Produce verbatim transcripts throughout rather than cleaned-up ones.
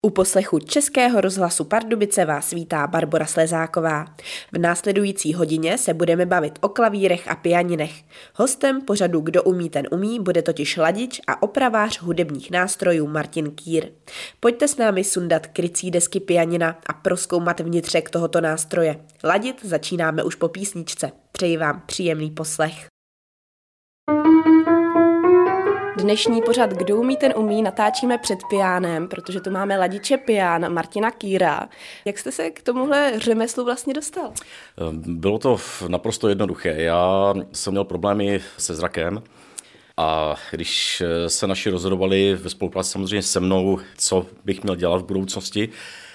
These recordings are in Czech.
U poslechu Českého rozhlasu Pardubice vás vítá Barbora Slezáková. V následující hodině se budeme bavit o klavírech a pianinech. Hostem pořadu Kdo umí, ten umí bude totiž ladič a opravář hudebních nástrojů Martin Kýr. Pojďte s námi sundat krycí desky pianina a prozkoumat vnitřek tohoto nástroje. Ladit začínáme už po písničce. Přeji vám příjemný poslech. Dnešní pořad Kdo umí, ten umí natáčíme před piánem, protože tu máme ladiče pián Martina Kýra. Jak jste se k tomuhle řemeslu vlastně dostal? Bylo to naprosto jednoduché. Já jsem měl problémy se zrakem a když se naši rozhodovali ve spolupráci samozřejmě se mnou, co bych měl dělat v budoucnosti,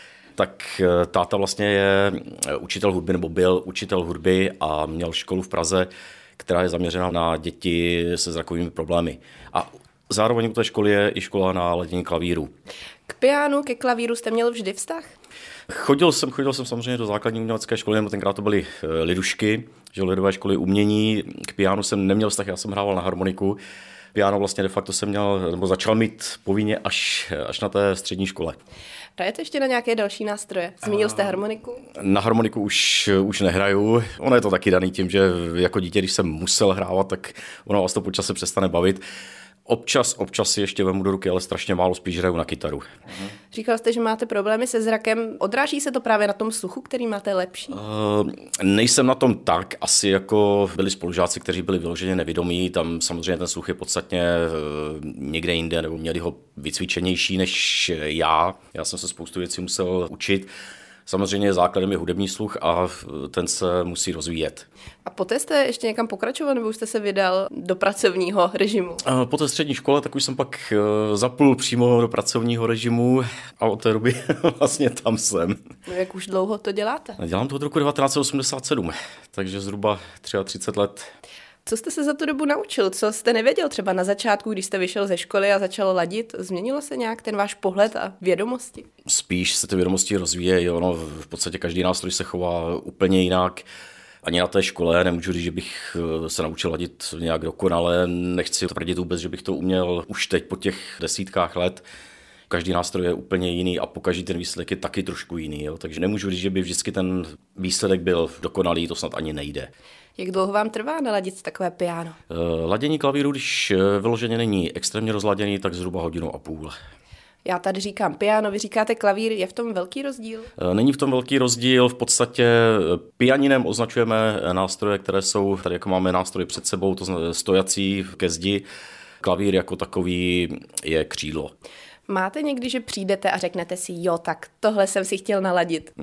tak táta vlastně je učitel hudby, nebo byl učitel hudby a měl školu v Praze, která je zaměřena na děti se zrakovými problémy. A zároveň u té školy je i škola na ladění klavíru. K pianu, ke klavíru jste měl vždy vztah? Chodil jsem, chodil jsem samozřejmě do základní umělecké školy, nebo tenkrát to byly lidušky, že lidové školy umění. K pianu jsem neměl vztah, já jsem hrával na harmoniku. Piano vlastně de facto jsem měl, nebo začal mít povinně až, až na té střední škole. Hrajete ještě na nějaké další nástroje? Zmínil jste harmoniku? Na harmoniku už, už nehraju. Ono je to taky daný tím, že jako dítě, když jsem musel hrávat, tak ono vás to po čase přestane bavit. Občas, občas si ještě vemu do ruky, ale strašně málo spíš hraju na kytaru. Uh-huh. Říkal jste, že máte problémy se zrakem. Odráží se to právě na tom sluchu, který máte lepší? Uh, nejsem na tom tak, asi jako byli spolužáci, kteří byli vyloženě nevědomí. Tam samozřejmě ten sluch je podstatně uh, někde jinde, nebo měli ho vycvičenější než já. Já jsem se spoustu věcí musel učit. Samozřejmě základem je hudební sluch a ten se musí rozvíjet. A poté jste ještě někam pokračoval, nebo už jste se vydal do pracovního režimu? Po té střední škole tak už jsem pak zaplul přímo do pracovního režimu a od té doby vlastně tam jsem. No jak už dlouho to děláte? Dělám to od roku devatenáct set osmdesát sedm, takže zhruba třicet tři let. Co jste se za tu dobu naučil? Co jste nevěděl třeba na začátku, když jste vyšel ze školy a začal ladit? Změnilo se nějak ten váš pohled a vědomosti? Spíš se ty vědomosti rozvíjejí. Ono v podstatě každý nástroj se chová úplně jinak. Ani na té škole nemůžu říct, že bych se naučil ladit nějak dokonale. Nechci tvrdit vůbec, že bych to uměl už teď po těch desítkách let. Každý nástroj je úplně jiný a pokaždý ten výsledek je taky trošku jiný. Jo? Takže nemůžu říct, že by vždycky ten výsledek byl dokonalý, to snad ani nejde. Jak dlouho vám trvá naladit takové piano? Ladění klavíru, když vyloženě není extrémně rozladěný, tak zhruba hodinu a půl. Já tady říkám piano, vy říkáte klavír, je v tom velký rozdíl? Není v tom velký rozdíl, v podstatě pianinem označujeme nástroje, které jsou, tady jako máme nástroje před sebou, to znamená stojací ke zdi, klavír jako takový je křídlo. Máte někdy, že přijdete a řeknete si, jo, tak tohle jsem si chtěl naladit?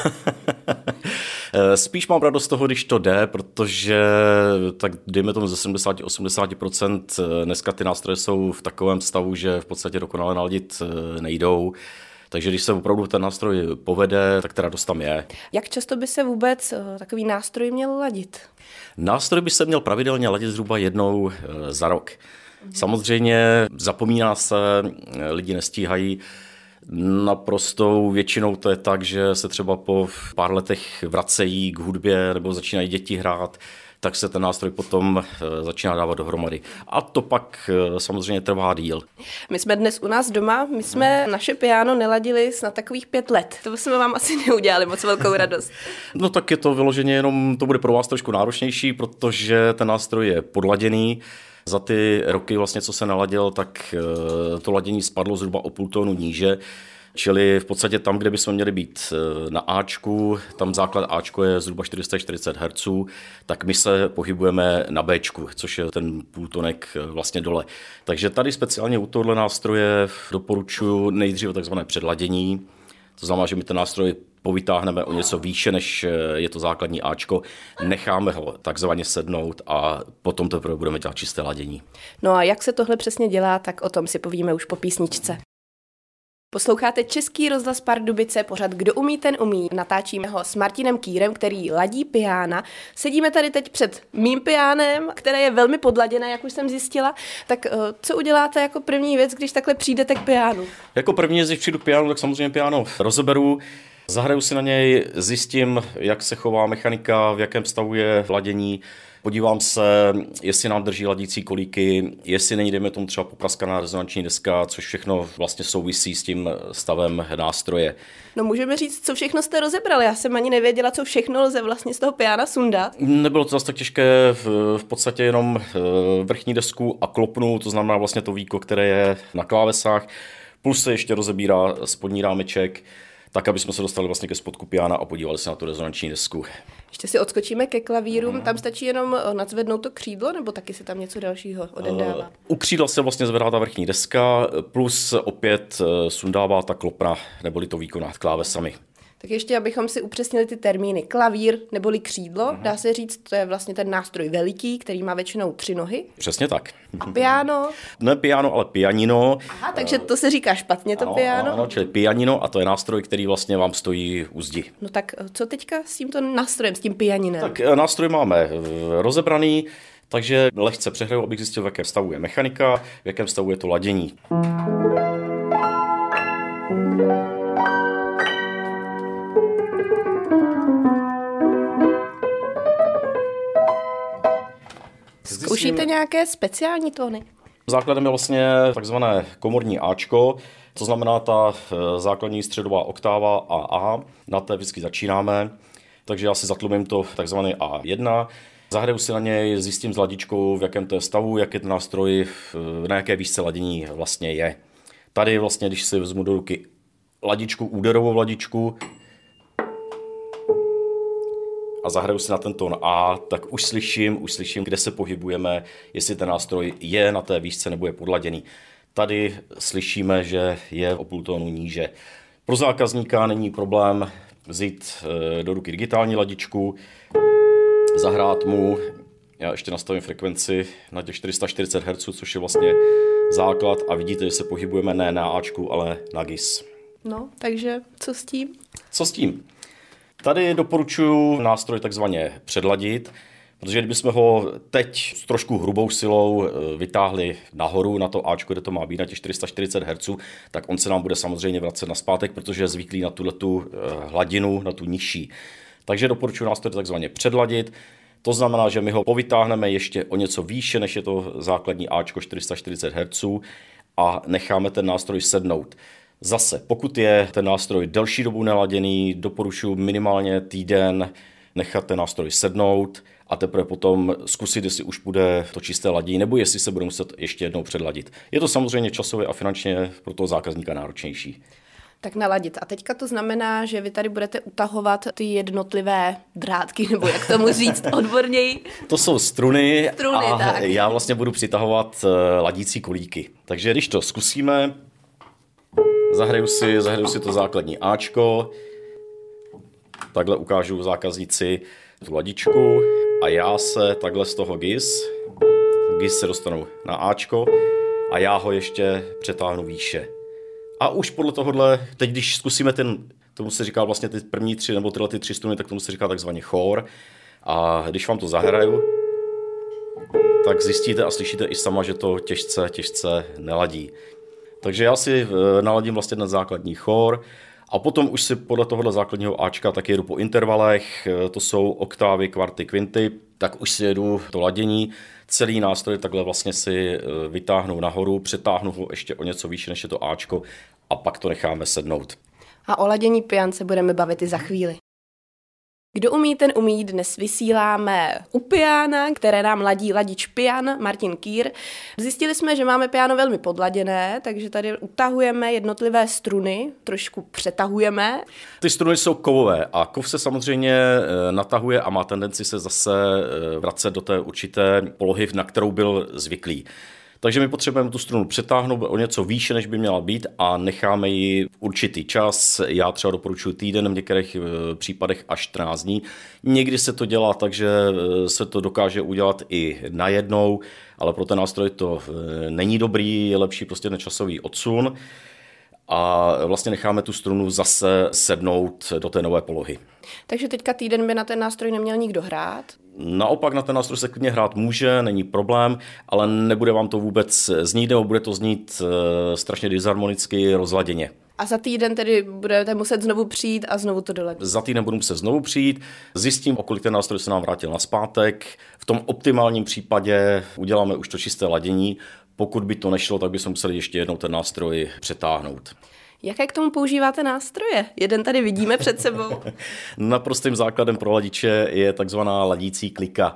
Spíš mám radost z toho, když to jde, protože tak dejme tomu ze sedmdesát až osmdesát procent dneska ty nástroje jsou v takovém stavu, že v podstatě dokonale naladit nejdou. Takže když se opravdu ten nástroj povede, tak ta radost tam je. Jak často by se vůbec takový nástroj měl ladit? Nástroj by se měl pravidelně ladit zhruba jednou za rok. Samozřejmě zapomíná se, lidi nestíhají. Naprostou většinou to je tak, že se třeba po pár letech vracejí k hudbě nebo začínají děti hrát, tak se ten nástroj potom začíná dávat dohromady. A to pak samozřejmě trvá díl. My jsme dnes u nás doma, my jsme naše piano neladili snad takových pět let. To jsme vám asi neudělali moc velkou radost. No tak je to vyloženě jenom, to bude pro vás trošku náročnější, protože ten nástroj je podladěný. Za ty roky, vlastně, co se naladil, tak to ladění spadlo zhruba o půl tónu níže, čili v podstatě tam, kde bychom měli být na Ačku, tam základ Ačko je zhruba čtyři sta čtyřicet hertzů, tak my se pohybujeme na Bčku, což je ten půltonek vlastně dole. Takže tady speciálně u tohle nástroje doporučuji nejdříve takzvané předladění, to znamená, že my ten nástroj povytáhneme o něco výše, než je to základní Ačko, necháme ho takzvaně sednout a potom teprve budeme dělat čisté ladění. No a jak se tohle přesně dělá, tak o tom si povíme už po písničce. Posloucháte Český rozhlas Pardubice, pořad Kdo umí, ten umí. Natáčíme ho s Martinem Kýrem, který ladí piána. Sedíme tady teď před mým piánem, které je velmi podladěné, jak už jsem zjistila. Tak co uděláte jako první věc, když takhle přijdete k piánu? Jako první, když přijdu k piánu, tak samozřejmě piáno rozeberu. Zahraju si na něj, zjistím, jak se chová mechanika, v jakém stavu je ladění, podívám se, jestli nám drží ladící kolíky, jestli není, dejme tomu třeba popraskaná rezonanční deska, což všechno vlastně souvisí s tím stavem nástroje. No můžeme říct, co všechno jste rozebrali. Já jsem ani nevěděla, co všechno lze vlastně z toho piana sundat. Nebylo to zase tak těžké, v, v podstatě jenom vrchní desku a klopnu, to znamená vlastně to víko, které je na klávesách, plus se ještě rozebírá spodní rámeček, tak, aby jsme se dostali vlastně ke spodku piana a podívali se na tu rezonanční desku. Ještě si odskočíme ke klavírům, hmm. Tam stačí jenom nadzvednout to křídlo, nebo taky se tam něco dalšího odendává? Uh, u křídla se vlastně zvedá ta vrchní deska, plus opět sundává ta klopna, neboli to víko nad klávesami. Tak ještě, abychom si upřesnili ty termíny. Klavír neboli křídlo, uh-huh. Dá se říct, to je vlastně ten nástroj veliký, který má většinou tři nohy. Přesně tak. A piano? Ne piano, ale pianino. Aha, takže to se říká špatně, to ano, piano. Ano, čili pianino a to je nástroj, který vlastně vám stojí u zdi. No tak co teďka s tímto nástrojem, s tím pianinem? Tak nástroj máme rozebraný, takže lehce přehraju, abych zjistil, v jakém stavu je mechanika, v jakém stavu je to ladění. Zkoušíte nějaké speciální tóny? Základem je vlastně takzvané komorní Ačko, to znamená ta základní středová oktáva A A, na té vždycky začínáme, takže já si zatlumím to takzvané A jedna, zahraju si na něj, zjistím s ladičkou, v jakém to je stavu, jak je ten nástroj, na jaké výšce ladění vlastně je. Tady vlastně, když si vezmu do ruky ladičku, úderovou ladičku, a zahraju si na ten tón A, tak už slyším, už slyším, kde se pohybujeme, jestli ten nástroj je na té výšce nebo je podladěný. Tady slyšíme, že je o půl tónu níže. Pro zákazníka není problém vzít do ruky digitální ladičku, zahrát mu, já ještě nastavím frekvenci na těch čtyři sta čtyřicet hertzů, což je vlastně základ a vidíte, že se pohybujeme ne na Ačku, ale na G I S. No, takže co s tím? Co s tím? Tady doporučuji nástroj takzvaně předladit, protože kdybychom ho teď s trošku hrubou silou vytáhli nahoru na to Ačko, kde to má být na těch čtyři sta čtyřicet hertzů, tak on se nám bude samozřejmě vracet nazpátek, protože je zvyklý na tuhletu hladinu, na tu nižší. Takže doporučuji nástroj takzvaně předladit. To znamená, že my ho povytáhneme ještě o něco výše, než je to základní Ačko čtyři sta čtyřicet hertzů a necháme ten nástroj sednout. Zase, pokud je ten nástroj delší dobu neladěný, doporučuji minimálně týden nechat ten nástroj sednout a teprve potom zkusit, jestli už bude to čisté ladění, nebo jestli se bude muset ještě jednou předladit. Je to samozřejmě časově a finančně pro toho zákazníka náročnější. Tak naladit. A teďka to znamená, že vy tady budete utahovat ty jednotlivé drátky, nebo jak tomu říct odborněji? To jsou struny, struny a tak. Já vlastně budu přitahovat ladící kolíky. Takže když to zkusíme, Zahraju si, zahraju si to základní Ačko, takhle ukážu zákazníci tu ladičku a já se takhle z toho G I S, G I S se dostanu na Ačko a já ho ještě přetáhnu výše. A už podle tohohle, teď když zkusíme ten, tomu se říká vlastně ty první tři nebo tyhle ty tři struny, tak tomu se říká takzvaný chór. A když vám to zahraju, tak zjistíte a slyšíte i sama, že to těžce, těžce neladí. Takže já si naladím vlastně ten základní chór a potom už si podle tohohle základního Ačka tak jedu po intervalech, to jsou oktávy, kvarty, kvinty, tak už si jedu to ladění, celý nástroj takhle vlastně si vytáhnu nahoru, přetáhnu ho ještě o něco výše než je to Ačko a pak to necháme sednout. A o ladění pian se budeme bavit i za chvíli. Kdo umí, ten umí. Dnes vysíláme u piana, které nám ladí ladič pian, Martin Kýr. Zjistili jsme, že máme piano velmi podladěné, takže tady utahujeme jednotlivé struny, trošku přetahujeme. Ty struny jsou kovové a kov se samozřejmě natahuje a má tendenci se zase vracet do té určité polohy, na kterou byl zvyklý. Takže my potřebujeme tu strunu přetáhnout o něco výše, než by měla být a necháme ji v určitý čas. Já třeba doporučuji týden, v některých případech až čtrnáct dní. Někdy se to dělá tak, že se to dokáže udělat i najednou, ale pro ten nástroj to není dobrý, je lepší prostě ten časový odsun. A vlastně necháme tu strunu zase sednout do té nové polohy. Takže teďka týden by na ten nástroj neměl nikdo hrát? Naopak na ten nástroj se klidně hrát může, není problém, ale nebude vám to vůbec znít, nebo bude to znít strašně disharmonicky, rozladěně. A za týden tedy budete muset znovu přijít a znovu to doladit? Za týden budu muset znovu přijít, zjistím, o kolik ten nástroj se nám vrátil nazpátek. V tom optimálním případě uděláme už to čisté ladění. Pokud by to nešlo, tak bychom museli ještě jednou ten nástroj přetáhnout. Jaké k tomu používáte nástroje? Jeden tady vidíme před sebou. Naprostým základem pro ladiče je takzvaná ladící klika.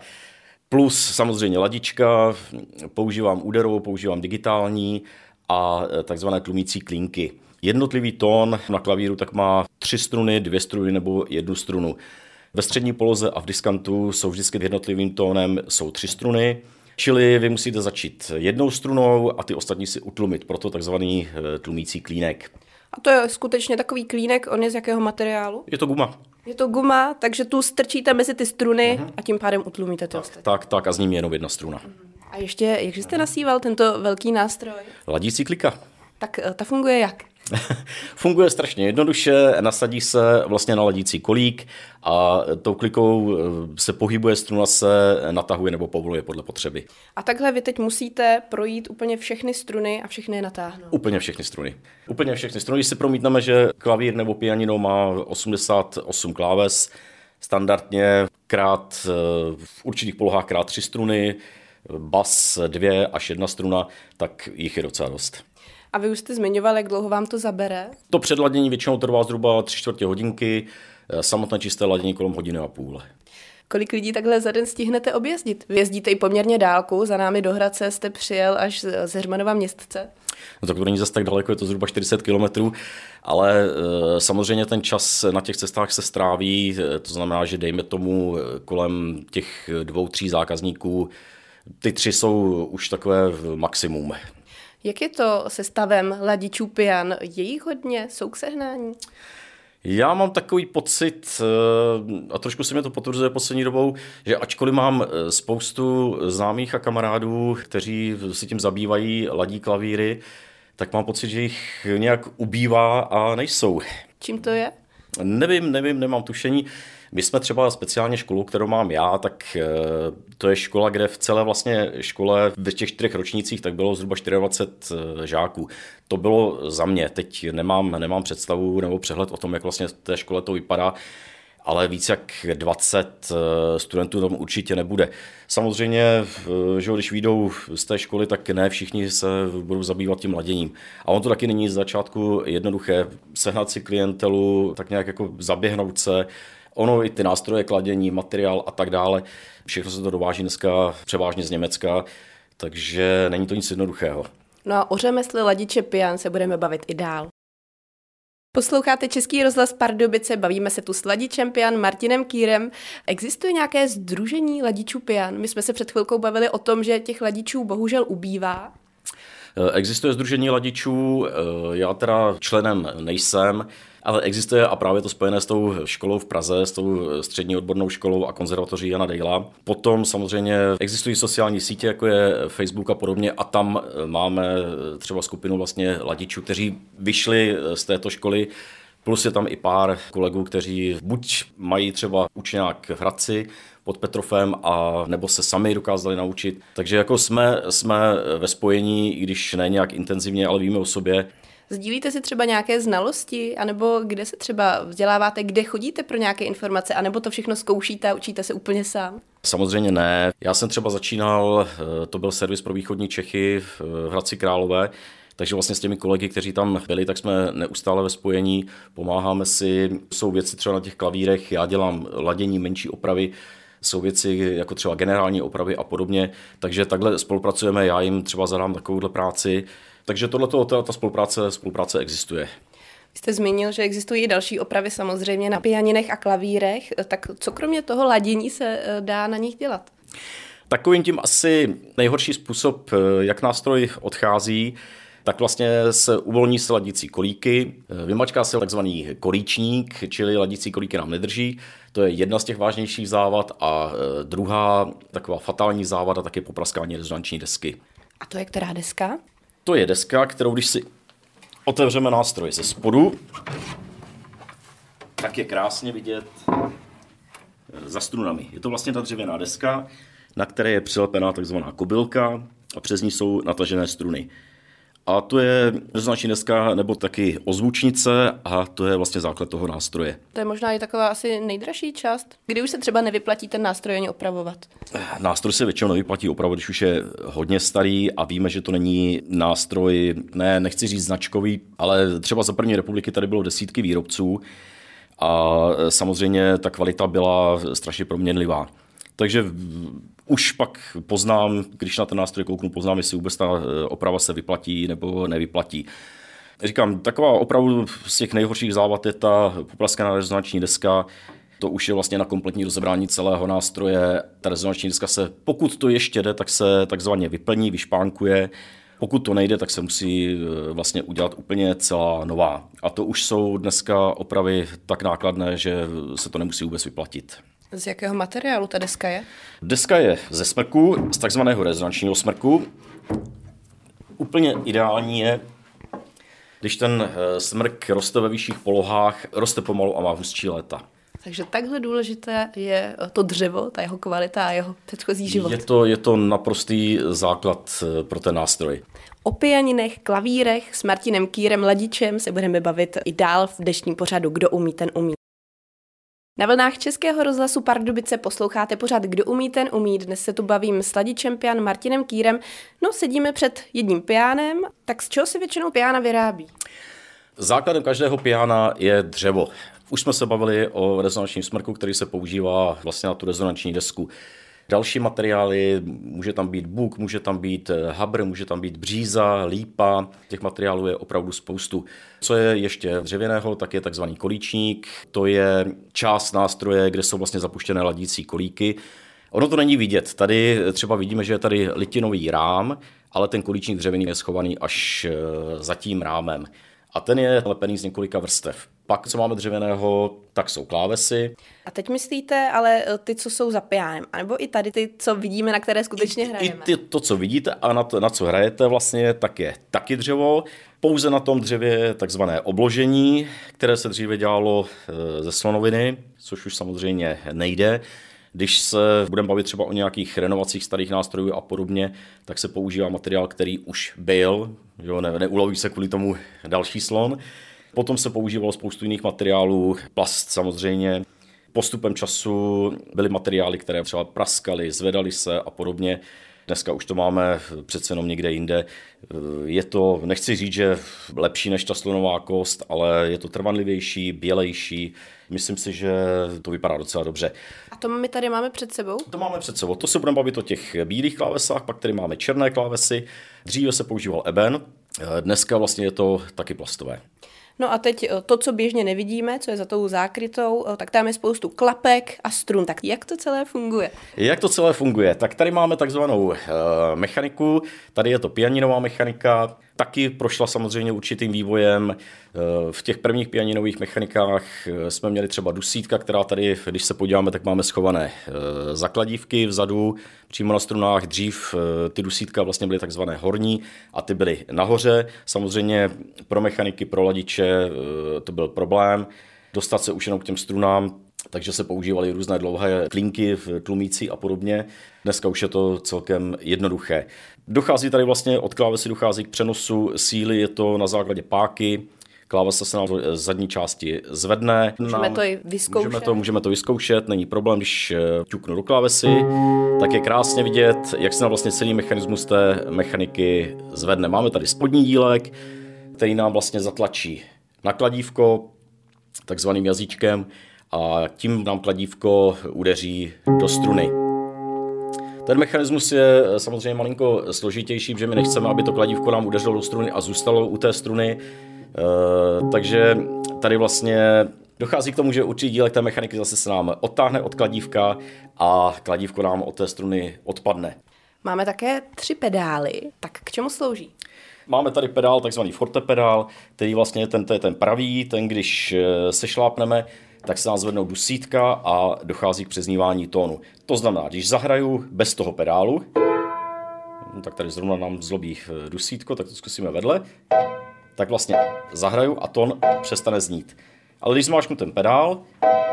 Plus samozřejmě ladička, používám úderovou, používám digitální a takzvané tlumící klínky. Jednotlivý tón na klavíru tak má tři struny, dvě struny nebo jednu strunu. Ve střední poloze a v diskantu jsou vždycky jednotlivým tónem jsou tři struny, čili vy musíte začít jednou strunou a ty ostatní si utlumit, proto takzvaný tlumící klínek. A to je skutečně takový klínek, on je z jakého materiálu? Je to guma. Je to guma, takže tu strčíte mezi ty struny uh-huh. a tím pádem utlumíte ty ostatní. Tak, tak a z ním je jenom jedna struna. Uh-huh. A ještě, jak jste nasíval tento velký nástroj? Ladící klika. Tak ta funguje jak? Funguje strašně jednoduše, nasadí se vlastně na ladící kolík a tou klikou se pohybuje, struna se natahuje nebo povoluje podle potřeby. A takhle vy teď musíte projít úplně všechny struny a všechny je natáhnout? Úplně všechny struny. Úplně všechny struny. Když si promítneme, že klavír nebo pianino má osmdesát osm kláves, standardně krát v určitých polohách krát tři struny, bas dvě až jedna struna, tak jich je docela dost. A vy už jste zmiňoval, jak dlouho vám to zabere? To předladění většinou trvá zhruba tři čtvrtě hodinky, samotné čisté ladění kolem hodiny a půl. Kolik lidí takhle za den stihnete objezdit? Vy jezdíte i poměrně dálku, za námi do Hradce jste přijel až z Heřmanova Městce. No tak to není zase tak daleko, je to zhruba čtyřicet kilometrů, ale e, samozřejmě ten čas na těch cestách se stráví, to znamená, že dejme tomu kolem těch dvou, tří zákazníků, ty tři jsou už takové maximum. Jak je to se stavem ladičů pian? Je jich hodně? Jsou k sehnání? Já mám takový pocit, a trošku se mi to potvrzuje poslední dobou, že ačkoliv mám spoustu známých a kamarádů, kteří si tím zabývají, ladí klavíry, tak mám pocit, že jich nějak ubývá a nejsou. Čím to je? Nevím, nevím, nemám tušení. My jsme třeba speciálně školu, kterou mám já, tak to je škola, kde v celé vlastně škole v těch čtyřech ročnících tak bylo zhruba dvacet čtyři žáků. To bylo za mě, teď nemám, nemám představu nebo přehled o tom, jak vlastně v té škole to vypadá, ale víc jak dvacet studentů tam určitě nebude. Samozřejmě, že když vyjdou z té školy, tak ne všichni se budou zabývat tím laděním. A on to taky není z začátku jednoduché. Sehnat si klientelu, tak nějak jako zaběhnout se. Ono i ty nástroje, kladění, materiál a tak dále. Všechno se to dováží dneska převážně z Německa, takže není to nic jednoduchého. No a o řemesle ladiče pian se budeme bavit i dál. Posloucháte Český rozhlas Pardubice, bavíme se tu s ladičem pian Martinem Kýrem. Existuje nějaké sdružení ladičů pian? My jsme se před chvilkou bavili o tom, že těch ladičů bohužel ubývá. Existuje sdružení ladičů, já teda členem nejsem, ale existuje a právě to spojené s tou školou v Praze, s tou střední odbornou školou a konzervatoří Jana Dejla. Potom samozřejmě existují sociální sítě, jako je Facebook a podobně, a tam máme třeba skupinu vlastně ladičů, kteří vyšli z této školy, plus je tam i pár kolegů, kteří buď mají třeba učňák v Hradci pod Petrofem, a nebo se sami dokázali naučit. Takže jako jsme, jsme ve spojení, i když ne nějak intenzivně, ale víme o sobě. Sdílíte si třeba nějaké znalosti, anebo kde se třeba vzděláváte, kde chodíte pro nějaké informace, anebo to všechno zkoušíte a učíte se úplně sám? Samozřejmě ne. Já jsem třeba začínal, to byl servis pro východní Čechy v Hradci Králové, takže vlastně s těmi kolegy, kteří tam byli, tak jsme neustále ve spojení, pomáháme si, jsou věci třeba na těch klavírech, já dělám ladění, menší opravy, jsou věci jako třeba generální opravy a podobně, takže takhle spolupracujeme, já jim třeba zadám takovouhle práci, takže tohleto, ta, ta spolupráce, spolupráce existuje. Vy jste zmínil, že existují i další opravy samozřejmě na pianinech a klavírech, tak co kromě toho ladění se dá na nich dělat? Takovým tím asi nejhorší způsob, jak nástroj odchází, tak vlastně se uvolní se ladící kolíky, vymačká se takzvaný kolíčník, čili ladící kolíky nám nedrží. To je jedna z těch vážnějších závad a druhá taková fatální závada tak je popraskání rezonanční desky. A to je která deska? To je deska, kterou když si otevřeme nástroj ze spodu, tak je krásně vidět za strunami. Je to vlastně ta dřevěná deska, na které je přilepená takzvaná kobylka a přes ní jsou natažené struny. a to je rezonanční deska nebo taky ozvučnice a to je vlastně základ toho nástroje. To je možná i taková asi nejdražší část, kdy už se třeba nevyplatí ten nástroj ani opravovat. Nástroj se většinou nevyplatí opravovat, když už je hodně starý a víme, že to není nástroj, ne, nechci říct značkový, ale třeba za první republiky tady bylo desítky výrobců a samozřejmě ta kvalita byla strašně proměnlivá. Takže už pak poznám, když na ten nástroj kouknu, poznám, jestli vůbec ta oprava se vyplatí nebo nevyplatí. Říkám, taková opravdu z těch nejhorších závad je ta poplaskaná rezonanční deska. To už je vlastně na kompletní rozebrání celého nástroje. Ta rezonanční deska se, pokud to ještě jde, tak se takzvaně vyplní, vyšpánkuje. Pokud to nejde, tak se musí vlastně udělat úplně celá nová. A to už jsou dneska opravy tak nákladné, že se to nemusí vůbec vyplatit. Z jakého materiálu ta deska je? Deska je ze smrku, z takzvaného rezonančního smrku. Úplně ideální je, když ten smrk roste ve vyšších polohách, roste pomalu a má hustší léta. Takže takhle důležité je to dřevo, ta jeho kvalita a jeho předchozí život. Je to, je to naprostý základ pro ten nástroj. O pianinech, klavírech s Martinem Kýrem Ladičem se budeme bavit i dál v dnešním pořadu Kdo umí, ten umí. Na vlnách Českého rozhlasu Pardubice posloucháte pořad Kdo umí, ten umí. Dnes se tu bavím s Ladičem pian Martinem Kýrem. No, sedíme před jedním pianem, tak z čeho se většinou piana vyrábí? Základem každého piana je dřevo. Už jsme se bavili o rezonančním smrku, který se používá vlastně na tu rezonanční desku. Další materiály, může tam být buk, může tam být habr, může tam být bříza, lípa. Těch materiálů je opravdu spoustu. Co je ještě dřevěného, tak je takzvaný kolíčník. To je část nástroje, kde jsou vlastně zapuštěné ladící kolíky. Ono to není vidět. Tady třeba vidíme, že je tady litinový rám, ale ten kolíčník dřevěný je schovaný až za tím rámem. A ten je lepený z několika vrstev. Pak, co máme dřevěného, tak jsou klávesy. A teď myslíte, ale ty, co jsou za pianem, anebo i tady ty, co vidíme, na které skutečně hrajeme? I ty, to, co vidíte a na, to, na co hrajete vlastně, tak je taky dřevo. Pouze na tom dřevě je takzvané obložení, které se dříve dělalo ze slonoviny, což už samozřejmě nejde. Když se budeme bavit třeba o nějakých renovacích starých nástrojů a podobně, tak se používá materiál, který už byl, jo, ne, neuloví se kvůli tomu další slon. Potom se používalo spoustu jiných materiálů, plast samozřejmě. Postupem času byly materiály, které třeba praskaly, zvedaly se a podobně. Dneska už to máme přece jenom někde jinde. Je to, nechci říct, že lepší než ta slonová kost, ale je to trvanlivější, bělejší. Myslím si, že to vypadá docela dobře. A to my tady máme před sebou? To máme před sebou. To se budeme bavit o těch bílých klávesách, pak tady máme černé klávesy. Dříve se používal eben, dneska vlastně je to taky plastové. No a teď to, co běžně nevidíme, co je za tou zákrytou, tak tam je spoustu klapek a strun. Tak jak to celé funguje? Jak to celé funguje? Tak tady máme takzvanou uh, mechaniku, tady je to pianinová mechanika, taky prošla samozřejmě určitým vývojem. Uh, v těch prvních pianinových mechanikách uh, jsme měli třeba dusítka, která tady, když se podíváme, tak máme schované uh, zakladívky vzadu, přímo na strunách. Dřív uh, ty dusítka vlastně byly takzvané horní a ty byly nahoře. Samozřejmě pro mechaniky, pro ladiče uh, to byl problém. Dostat se už jenom k těm strunám, takže se používaly různé dlouhé klinky, tlumící a podobně. Dneska už je to celkem jednoduché. Dochází tady vlastně od klávesy dochází k přenosu síly, je to na základě páky. Klávesa se nám z zadní části zvedne. Můžeme nám, to i vyzkoušet. Můžeme to, můžeme to vyzkoušet, není problém, když ťuknu do klávesy, tak je krásně vidět, jak se nám vlastně celý mechanismus té mechaniky zvedne. Máme tady spodní dílek, který nám vlastně zatlačí na kladívko takzvaným jazyčkem a tím nám kladívko udeří do struny. Ten mechanismus je samozřejmě malinko složitější, protože my nechceme, aby to kladívko nám udeřilo do struny a zůstalo u té struny. E, takže tady vlastně dochází k tomu, že určitý dílek té mechaniky zase se nám odtáhne od kladívka a kladívko nám od té struny odpadne. Máme také tři pedály, tak k čemu slouží? Máme tady pedál, takzvaný forte pedál, který vlastně ten, to je ten pravý, ten když se šlápneme, tak se nám zvednou dusítka a dochází k přeznívání tónu. To znamená, když zahraju bez toho pedálu, no tak tady zrovna nám zlobí dusítko, tak to zkusíme vedle, tak vlastně zahraju a tón přestane znít. Ale když zmáčknu ten pedál,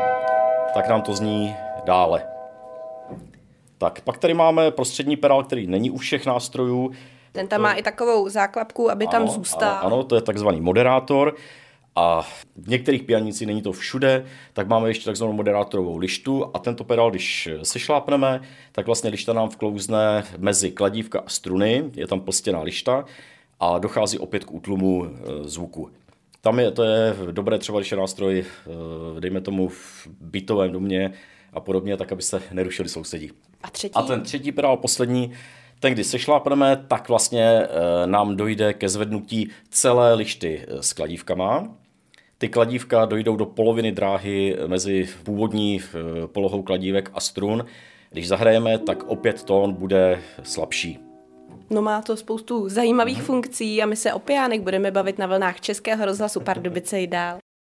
tak nám to zní dále. Tak, pak tady máme prostřední pedál, který není u všech nástrojů. Ten tam to... má i takovou záklapku, aby ano, tam zůstal. Ano, ano, to je takzvaný moderátor. A v některých pianicích není to všude, tak máme ještě takzvanou moderátorovou lištu a tento pedál, když sešlápneme, tak vlastně lišta nám vklouzne mezi kladívka a struny, je tam plstěná lišta a dochází opět k útlumu zvuku. Tam je, to je dobré třeba, když je nástroj, dejme tomu v bytovém domě a podobně, tak aby se nerušili sousedí. A třetí? A ten třetí pedál, poslední, ten, když sešlápneme, tak vlastně nám dojde ke zvednutí celé lišty s kladívkama. Ty kladívka dojdou do poloviny dráhy mezi původní polohou kladívek a strun. Když zahrajeme, tak opět tón bude slabší. No má to spoustu zajímavých hmm. funkcí a my se o piánech budeme bavit na vlnách Českého rozhlasu Pardubice i dál.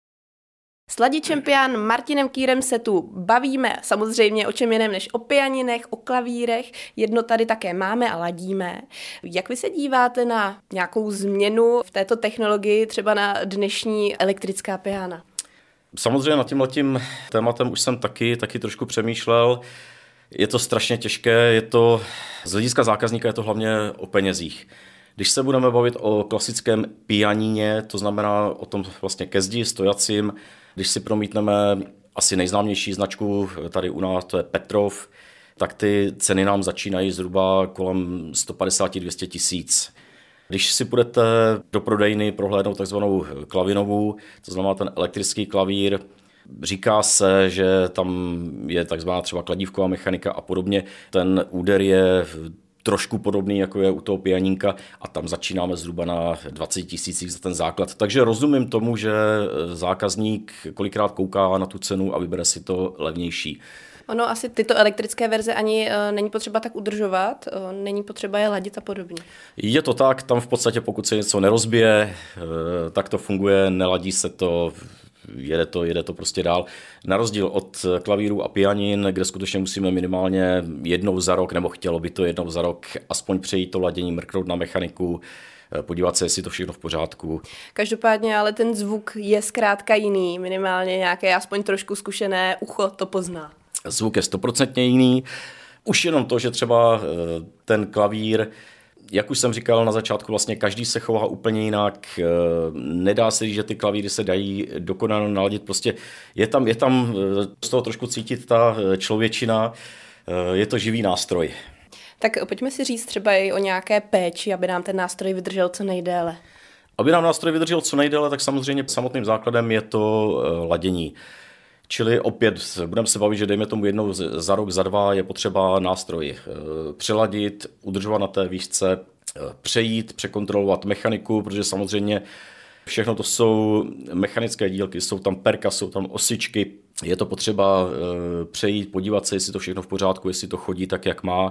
S ladičem pian Martinem Kýrem se tu bavíme samozřejmě o čem jiném než o pianinech, o klavírech. Jedno tady také máme a ladíme. Jak vy se díváte na nějakou změnu v této technologii, třeba na dnešní elektrická piana? Samozřejmě nad tímhletím tématem už jsem taky, taky trošku přemýšlel. Je to strašně těžké, je to, z hlediska zákazníka je to hlavně o penězích. Když se budeme bavit o klasickém pianině, to znamená o tom vlastně ke zdi, stojacím, když si promítneme asi nejznámější značku tady u nás, to je Petrov, tak ty ceny nám začínají zhruba kolem sto padesát až dvě stě tisíc. Když si půjdete do prodejny prohlédnout takzvanou klavinovu, to znamená ten elektrický klavír, říká se, že tam je takzvaná třeba kladívková mechanika a podobně. Ten úder je trošku podobný, jako je u toho pianínka a tam začínáme zhruba na dvacet tisících za ten základ. Takže rozumím tomu, že zákazník kolikrát kouká na tu cenu a vybere si to levnější. Ono asi tyto elektrické verze ani uh, není potřeba tak udržovat, uh, není potřeba je ladit a podobně. Je to tak, tam v podstatě pokud se něco nerozbije, uh, tak to funguje, neladí se to, jede to, jede to prostě dál. Na rozdíl od klavíru a pianin, kde skutečně musíme minimálně jednou za rok, nebo chtělo by to jednou za rok, aspoň přejít to ladění, mrknout na mechaniku, podívat se, jestli to všechno v pořádku. Každopádně ale ten zvuk je zkrátka jiný, minimálně nějaké aspoň trošku zkušené ucho to pozná. Zvuk je stoprocentně jiný. Už jenom to, že třeba ten klavír, jak už jsem říkal na začátku, vlastně každý se chová úplně jinak. Nedá se říct, že ty klavíry se dají dokonale naladit. Prostě je tam, je tam z toho trošku cítit ta člověčina. Je to živý nástroj. Tak pojďme si říct třeba i o nějaké péči, aby nám ten nástroj vydržel co nejdéle. Aby nám nástroj vydržel co nejdéle, tak samozřejmě samotným základem je to ladění. Čili opět budeme se bavit, že dejme tomu jednou za rok, za dva je potřeba nástroj přeladit, udržovat na té výšce, přejít, překontrolovat mechaniku, protože samozřejmě všechno to jsou mechanické dílky, jsou tam perka, jsou tam osičky, je to potřeba přejít, podívat se, jestli to všechno v pořádku, jestli to chodí tak, jak má.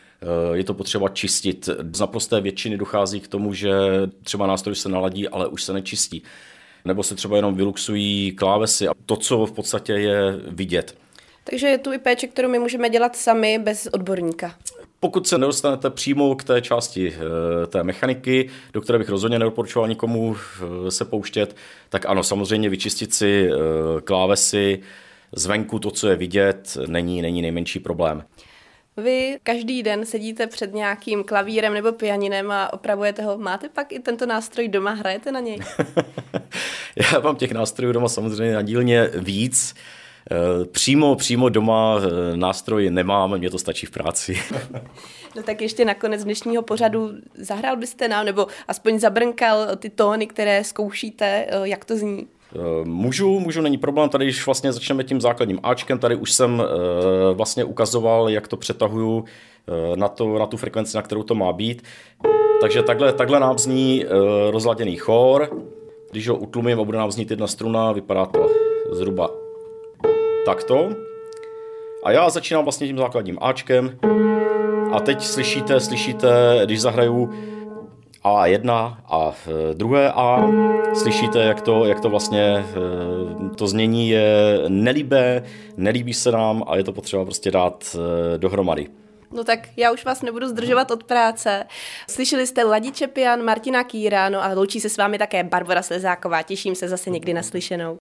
Je to potřeba čistit. Z naprosté většiny dochází k tomu, že třeba nástroj se naladí, ale už se nečistí. Nebo se třeba jenom vyluxují klávesy a to, co v podstatě je vidět. Takže je tu i péče, kterou my můžeme dělat sami bez odborníka. Pokud se nedostanete přímo k té části té mechaniky, do které bych rozhodně nedoporučoval nikomu se pouštět, tak ano, samozřejmě vyčistit si klávesy zvenku, to, co je vidět, není, není nejmenší problém. Vy každý den sedíte před nějakým klavírem nebo pianinem a opravujete ho. Máte pak i tento nástroj doma? Hrajete na něj? Já mám těch nástrojů doma samozřejmě na dílně víc. Přímo, přímo doma nástroj nemám, mně to stačí v práci. No tak ještě nakonec dnešního pořadu zahrál byste nám, nebo aspoň zabrnkal ty tóny, které zkoušíte, jak to zní? Můžu, můžu, není problém, tady když vlastně začneme tím základním Ačkem, tady už jsem vlastně ukazoval, jak to přetahuju na, to, na tu frekvenci, na kterou to má být. Takže takhle, takhle nám zní rozladěný chór, když ho utlumím a bude nám znít jedna struna, vypadá to zhruba takto. A já začínám vlastně tím základním Ačkem a teď slyšíte, slyšíte, když zahraju á jedna a druhé A, slyšíte, jak to, jak to vlastně, to znění je nelíbé, nelíbí se nám a je to potřeba prostě dát dohromady. No tak já už vás nebudu zdržovat od práce. Slyšeli jste ladiče pian Martina Kýra, no a loučí se s vámi také Barbora Slezáková. Těším se zase někdy naslyšenou.